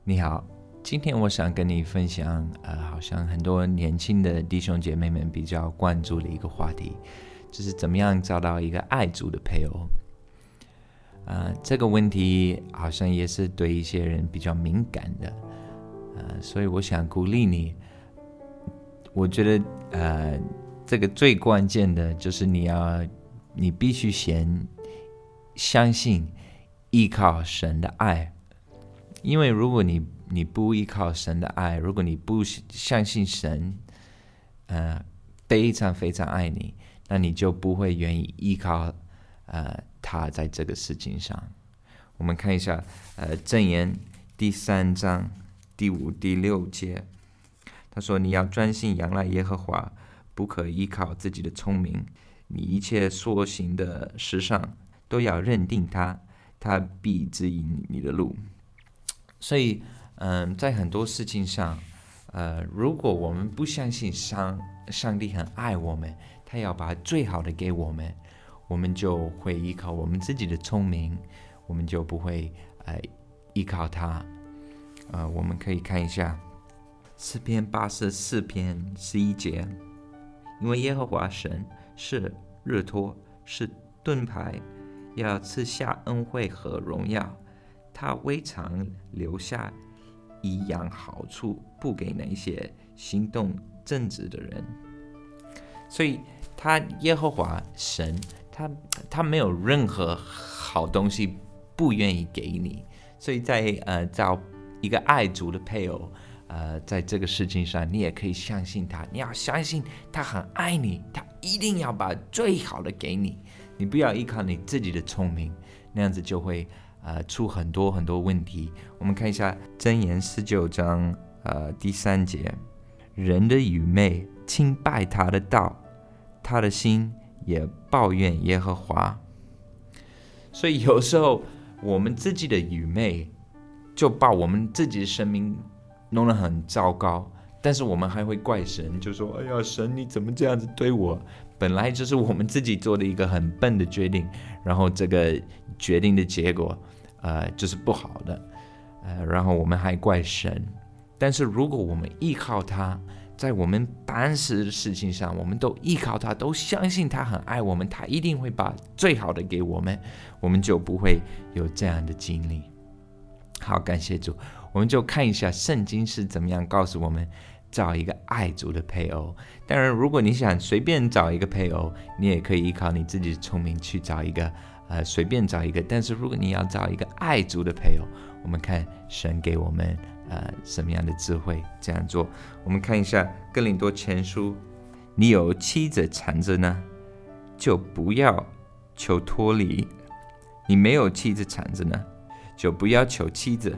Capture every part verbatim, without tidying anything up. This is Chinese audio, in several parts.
你好，今天我想跟你分享，呃，好像很多年轻的弟兄姐妹们比较关注的一个话题，就是怎么样找到一个爱主的配偶。呃，这个问题好像也是对一些人比较敏感的，呃，所以我想鼓励你。我觉得，呃，这个最关键的就是你要，你必须先相信、依靠神的爱。因为如果你你不依靠神的爱，如果你不相信神，呃，非常非常爱你，那你就不会愿意依靠呃他在这个事情上。我们看一下，呃，箴言第三章第五、第六节，他说：“你要专心仰赖耶和华，不可依靠自己的聪明。你一切所行的事上都要认定他，他必指引你的路。”所以，嗯，在很多事情上，呃，如果我们不相信上上帝很爱我们，他要把最好的给我们，我们就会依靠我们自己的聪明，我们就不会呃依靠他。呃，我们可以看一下诗篇八十四篇十一节，因为耶和华神是日托，是盾牌，要赐下恩惠和荣耀。他未尝留下一样好处不给那些行动正直的人。所以他耶和华神，他他没有任何好东西不愿意给你。所以在呃找一个爱主的配偶，呃，在这个事情上，你也可以相信他。你要相信他很爱你，他一定要把最好的给你。你不要依靠你自己的聪明，那样子就会呃，出很多很多问题。我们看一下箴言十九章呃第三节，人的愚昧轻拜他的道，他的心也抱怨耶和华。所以有时候我们自己的愚昧就把我们自己的生命弄得很糟糕，但是我们还会怪神，就说：“哎呀，神你怎么这样子对我？”本来就是我们自己做的一个很笨的决定，然后这个决定的结果呃，就是不好的，呃，然后我们还怪神。但是如果我们依靠他，在我们办事的事情上，我们都依靠他，都相信他很爱我们，他一定会把最好的给我们，我们就不会有这样的经历。好，感谢主。我们就看一下圣经是怎么样告诉我们找一个爱主的配偶。当然，如果你想随便找一个配偶，你也可以依靠你自己的聪明去找一个呃，随便找一个。但是如果你要找一个爱主的配偶，我们看神给我们呃什么样的智慧这样做。我们看一下哥林多前书，你有妻子缠着呢，就不要求脱离；你没有妻子缠着呢，就不要求妻子。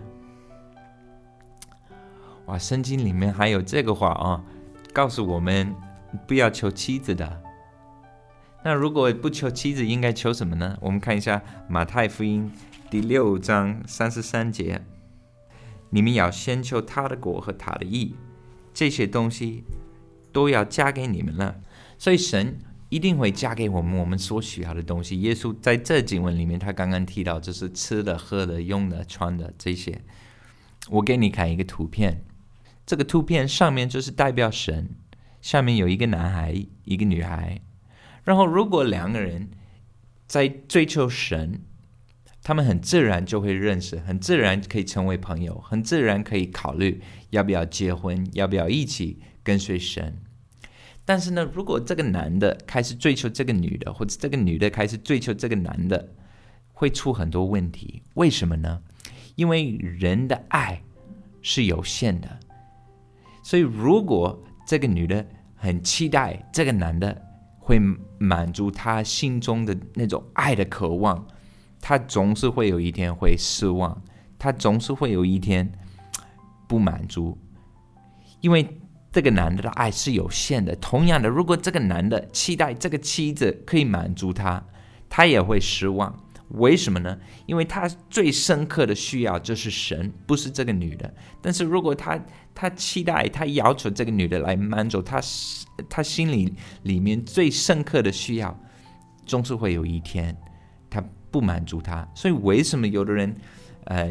哇，圣经里面还有这个话啊，告诉我们不要求妻子的。那如果不求妻子，应该求什么呢？我们看一下马太福音第六章三十三节，你们要先求他的国和他的义，这些东西都要加给你们了。所以神一定会加给我们我们所需要的东西。耶稣在这经文里面，他刚刚提到就是吃的、喝的、用的、穿的这些。我给你看一个图片，这个图片上面就是代表神，下面有一个男孩，一个女孩。然后如果两个人在追求神，他们很自然就会认识，很自然可以成为朋友，很自然可以考虑要不要结婚，要不要一起跟随神。但是呢，如果这个男的开始追求这个女的，或者这个女的开始追求这个男的，会出很多问题。为什么呢？因为人的爱是有限的，所以如果这个女的很期待这个男的会满足他心中的那种爱的渴望，他总是会有一天会失望，他总是会有一天不满足，因为这个男的的爱是有限的。同样的，如果这个男的期待这个妻子可以满足他，他也会失望。为什么呢？因为他最深刻的需要就是神，不是这个女的。但是如果他他期待，他要求这个女的来满足他他心里里面最深刻的需要，总是会有一天他不满足他。所以为什么有的人呃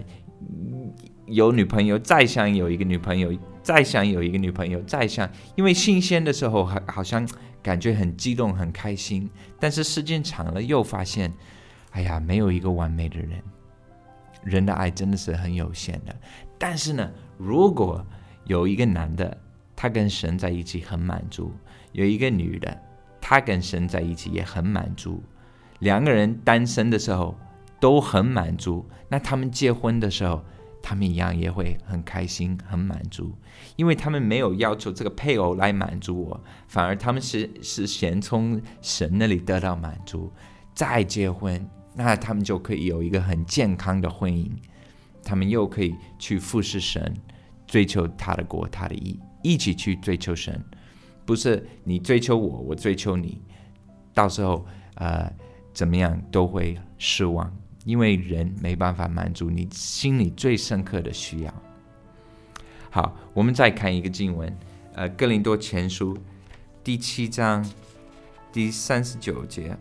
有女朋友，再想有一个女朋友，再想有一个女朋友，再想，因为新鲜的时候好像感觉很激动很开心，但是时间长了又发现，哎呀，没有一个完美的人，人的爱真的是很有限的。但是呢，如果有一个男的他跟神在一起很满足，有一个女的他跟神在一起也很满足，两个人单身的时候都很满足，那他们结婚的时候他们一样也会很开心很满足，因为他们没有要求这个配偶来满足我，反而他们 是, 是先从神那里得到满足再结婚，那他们就可以有一个很健康的婚姻，他们又可以去服侍神，追求他的国他的义，一起去追求神，不是你追求我我追求你，到时候呃怎么样都会失望，因为人没办法满足你心里最深刻的需要。好，我们再看一个经文，呃，哥林多前书第七章第三十九节，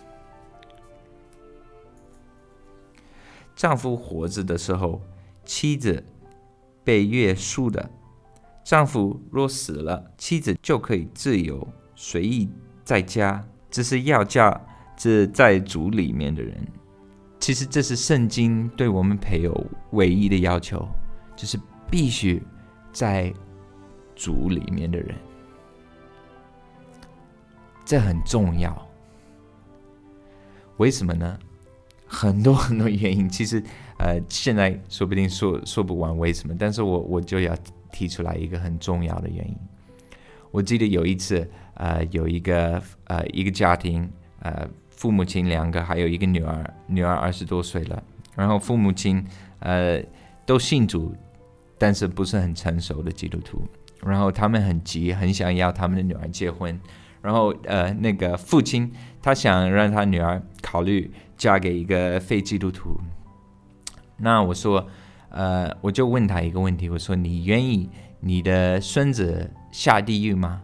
丈夫活着的时候，妻子被约束的；丈夫若死了，妻子就可以自由随意在家，只是要嫁这在主里面的人。其实这是圣经对我们配偶唯一的要求，就是必须在主里面的人，这很重要。为什么呢？很多很多原因，其实呃，现在说不定 说, 说不完为什么，但是我我就要提出来一个很重要的原因。我记得有一次，呃，有一个呃一个家庭，呃。父母亲两个，还有一个女儿，女儿二十多岁了。然后父母亲呃都信主，但是不是很成熟的基督徒。然后他们很急，很想要他们的女儿结婚。然后呃那个父亲他想让他女儿考虑嫁给一个非基督徒。那我说呃我就问他一个问题，我说你愿意你的孙子下地狱吗？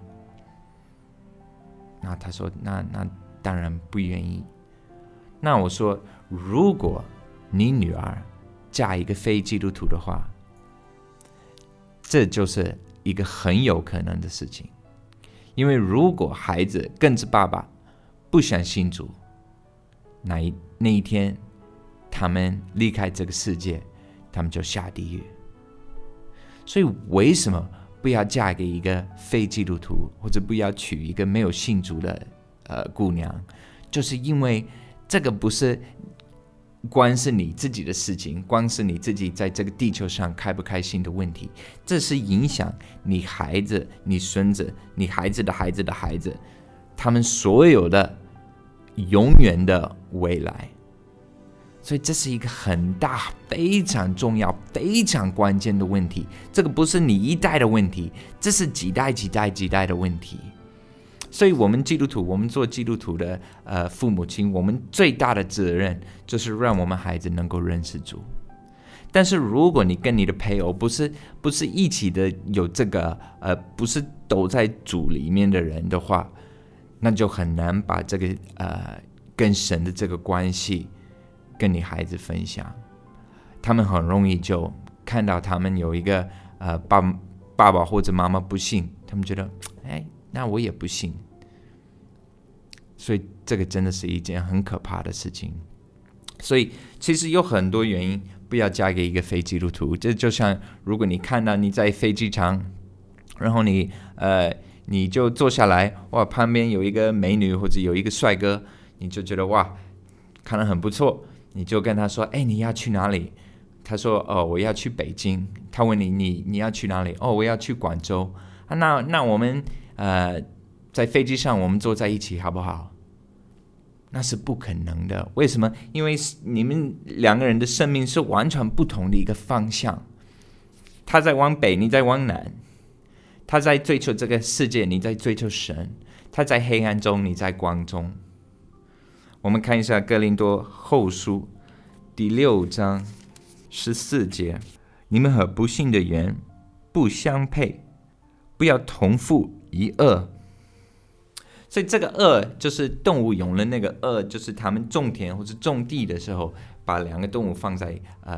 那他说那那。当然不愿意。那我说，如果你女儿嫁一个非基督徒的话，这就是一个很有可能的事情。因为如果孩子跟着爸爸不想信主，那 一, 那一天他们离开这个世界，他们就下地狱。所以为什么不要嫁给一个非基督徒，或者不要娶一个没有信主的呃，姑娘，就是因为这个不是光是你自己的事情，光是你自己在这个地球上开不开心的问题，这是影响你孩子、你孙子、你孩子的孩子的孩子，他们所有的永远的未来。所以这是一个很大、非常重要、非常关键的问题。这个不是你一代的问题，这是几代、几代、几代的问题。所以我们基督徒，我们做基督徒的呃父母亲，我们最大的责任就是让我们孩子能够认识主。但是如果你跟你的配偶不是不是一起的有这个呃不是都在主里面的人的话，那就很难把这个呃跟神的这个关系跟你孩子分享。他们很容易就看到他们有一个呃爸爸爸或者妈妈不信，他们觉得哎。那我也不信，所以这个真的是一件很可怕的事情。所以其实有很多原因不要嫁给一个非基督徒。这就像如果你看到你在飞机场，然后你呃你就坐下来，哇，旁边有一个美女或者有一个帅哥，你就觉得哇看得很不错，你就跟他说，哎，你要去哪里？他说哦我要去北京。他问你你你要去哪里？哦我要去广州。啊、那那我们呃，在飞机上我们坐在一起好不好？那是不可能的。为什么？因为你们两个人的生命是完全不同的一个方向。他在往北，你在往南；他在追求这个世界，你在追求神；他在黑暗中，你在光中。我们看一下哥林多后书第六章十四节：你们和不信的人不相配，不要同负一轭。所以这个轭就是动物用的那个轭，就是他们种田或者种地的时候，把两个动物放在呃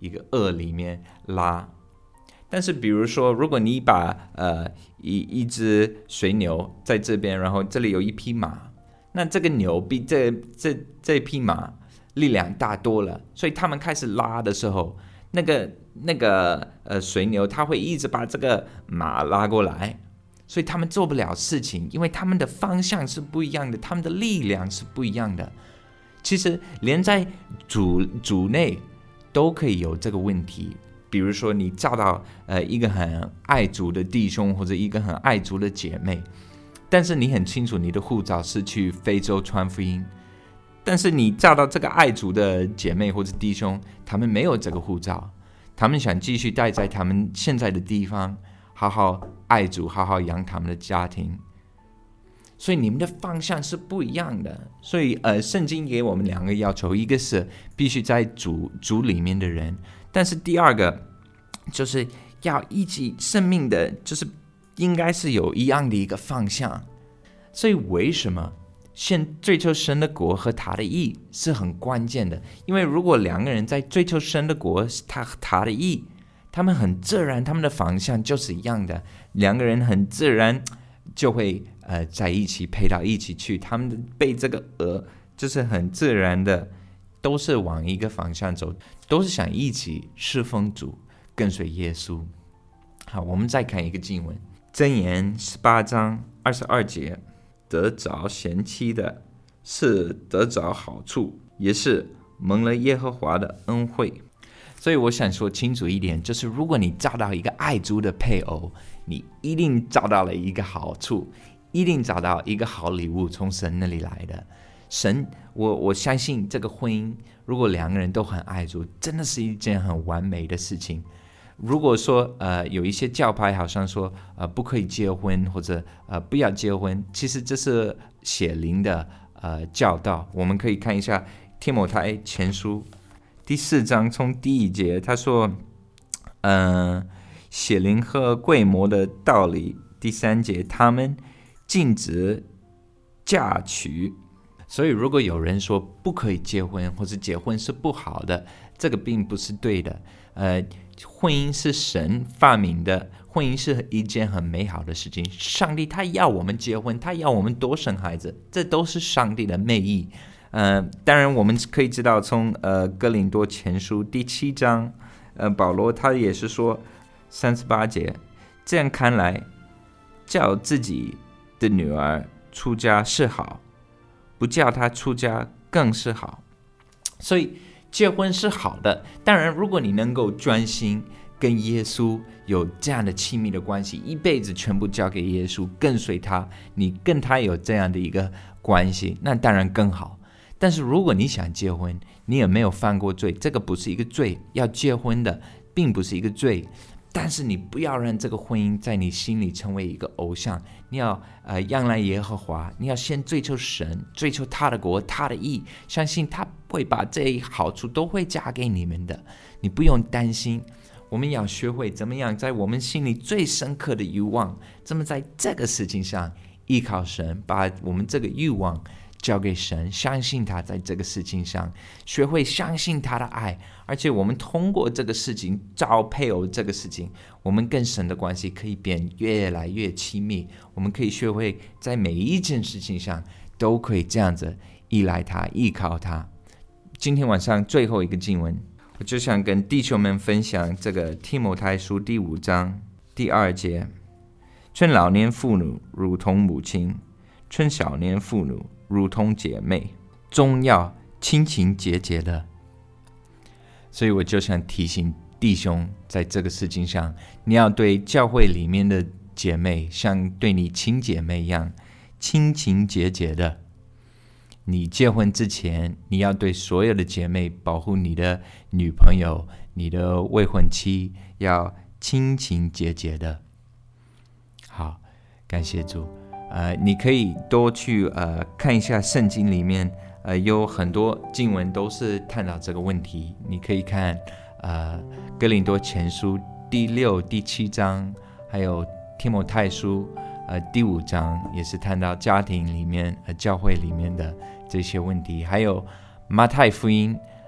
一个軛里面拉。但是比如说，如果你把呃一一只水牛在这边，然后这里有一匹马，那这个牛比这这这匹马力量大多了，所以他们开始拉的时候，那个那个呃水牛它会一直把这个马拉过来，所以他们做不了事情，因为他们的方向是不一样的，他们的力量是不一样的。其实连在主主内都可以有这个问题。比如说你找到呃一个很爱主的弟兄或者一个很爱主的姐妹，但是你很清楚你的护照是去非洲传福音，但是你找到这个爱主的姐妹或者弟兄，他们没有这个护照，他们想继续待在他们现在的地方，好好爱主，好好养他们的家庭，所以你们的方向是不一样的。所以呃，圣经给我们两个要求，一个是必须在主主里面的人，但是第二个就是要一起生命的，就是应该是有一样的一个方向。所以为什么先追求神的国和他的义是很关键的？因为如果两个人在追求神的国，他他的义，他们很自然，他们的方向就是一样的，两个人很自然就会呃在一起配到一起去，他们被这个軛就是很自然的都是往一个方向走，都是想一起侍奉主，跟随耶稣。好，我们再看一个经文，箴言十八章二十二节，得着贤妻的是得着好处，也是蒙了耶和华的恩惠。所以我想说清楚一点，就是如果你找到一个爱主的配偶，你一定找到了一个好处，一定找到一个好礼物从神那里来的。神，我我相信这个婚姻，如果两个人都很爱主，真的是一件很完美的事情。如果说呃有一些教派好像说呃不可以结婚，或者呃不要结婚，其实这是血灵的呃教导。我们可以看一下提摩太前书第四章从第一节，他说嗯、呃，血灵和贵魔的道理。第三节，他们禁止嫁娶。所以如果有人说不可以结婚，或者结婚是不好的，这个并不是对的。呃，婚姻是神发明的，婚姻是一件很美好的事情。上帝他要我们结婚，他要我们多生孩子，这都是上帝的美意。呃，当然我们可以知道从呃哥林多前书第七章，呃保罗他也是说三十八节，这样看来，叫自己的女儿出家是好，不叫她出家更是好。所以结婚是好的，当然如果你能够专心跟耶稣有这样的亲密的关系，一辈子全部交给耶稣，跟随他，你跟他有这样的一个关系，那当然更好。但是如果你想结婚，你也没有犯过罪，这个不是一个罪，要结婚的并不是一个罪，但是你不要让这个婚姻在你心里成为一个偶像。你要呃仰赖耶和华，你要先追求神，追求他的国，他的义，相信他会把这一好处都会加给你们的，你不用担心。我们要学会怎么样在我们心里最深刻的欲望，怎么在这个事情上依靠神，把我们这个欲望交给神，相信他在这个事情上，学会相信他的爱。而且我们通过这个事情，找配偶这个事情，我们跟神的关系可以变越来越亲密。我们可以学会在每一件事情上都可以这样子依赖他，依靠他。今天晚上最后一个经文，我就想跟弟兄们分享这个提摩太书第五章第二节，劝老年妇女如同母亲，劝小年妇女如同姐妹，终要亲情节节的。所以我就想提醒弟兄，在这个事情上，你要对教会里面的姐妹像对你亲姐妹一样亲情节节的。你结婚之前，你要对所有的姐妹，保护你的女朋友，你的未婚妻，要亲情节节的。好，感谢主。呃，你可以多去呃看一下圣经里面，呃有很多经文都是探讨这个问题。你可以看呃哥林多前书第六、第七章，还有提摩太书呃第五章，也是谈到家庭里面、呃教会里面的这些问题。还有马太福音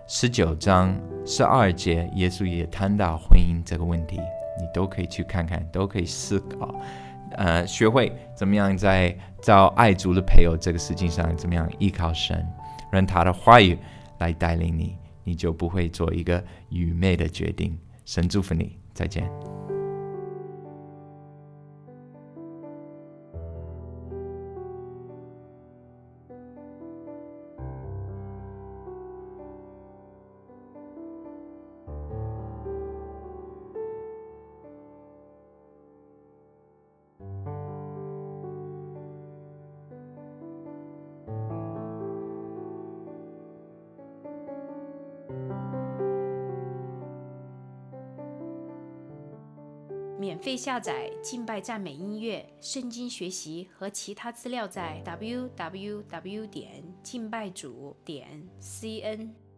十九章十二节，耶稣也谈到婚姻这个问题，你都可以去看看，都可以思考，呃，学会怎么样在找爱主的配偶这个事情上，怎么样依靠神，让他的话语来带领你，你就不会做一个愚昧的决定。神祝福你，再见。 免费下载敬拜赞美音乐、圣经学习和其他资料在 double-u double-u double-u 点敬拜主点 c n。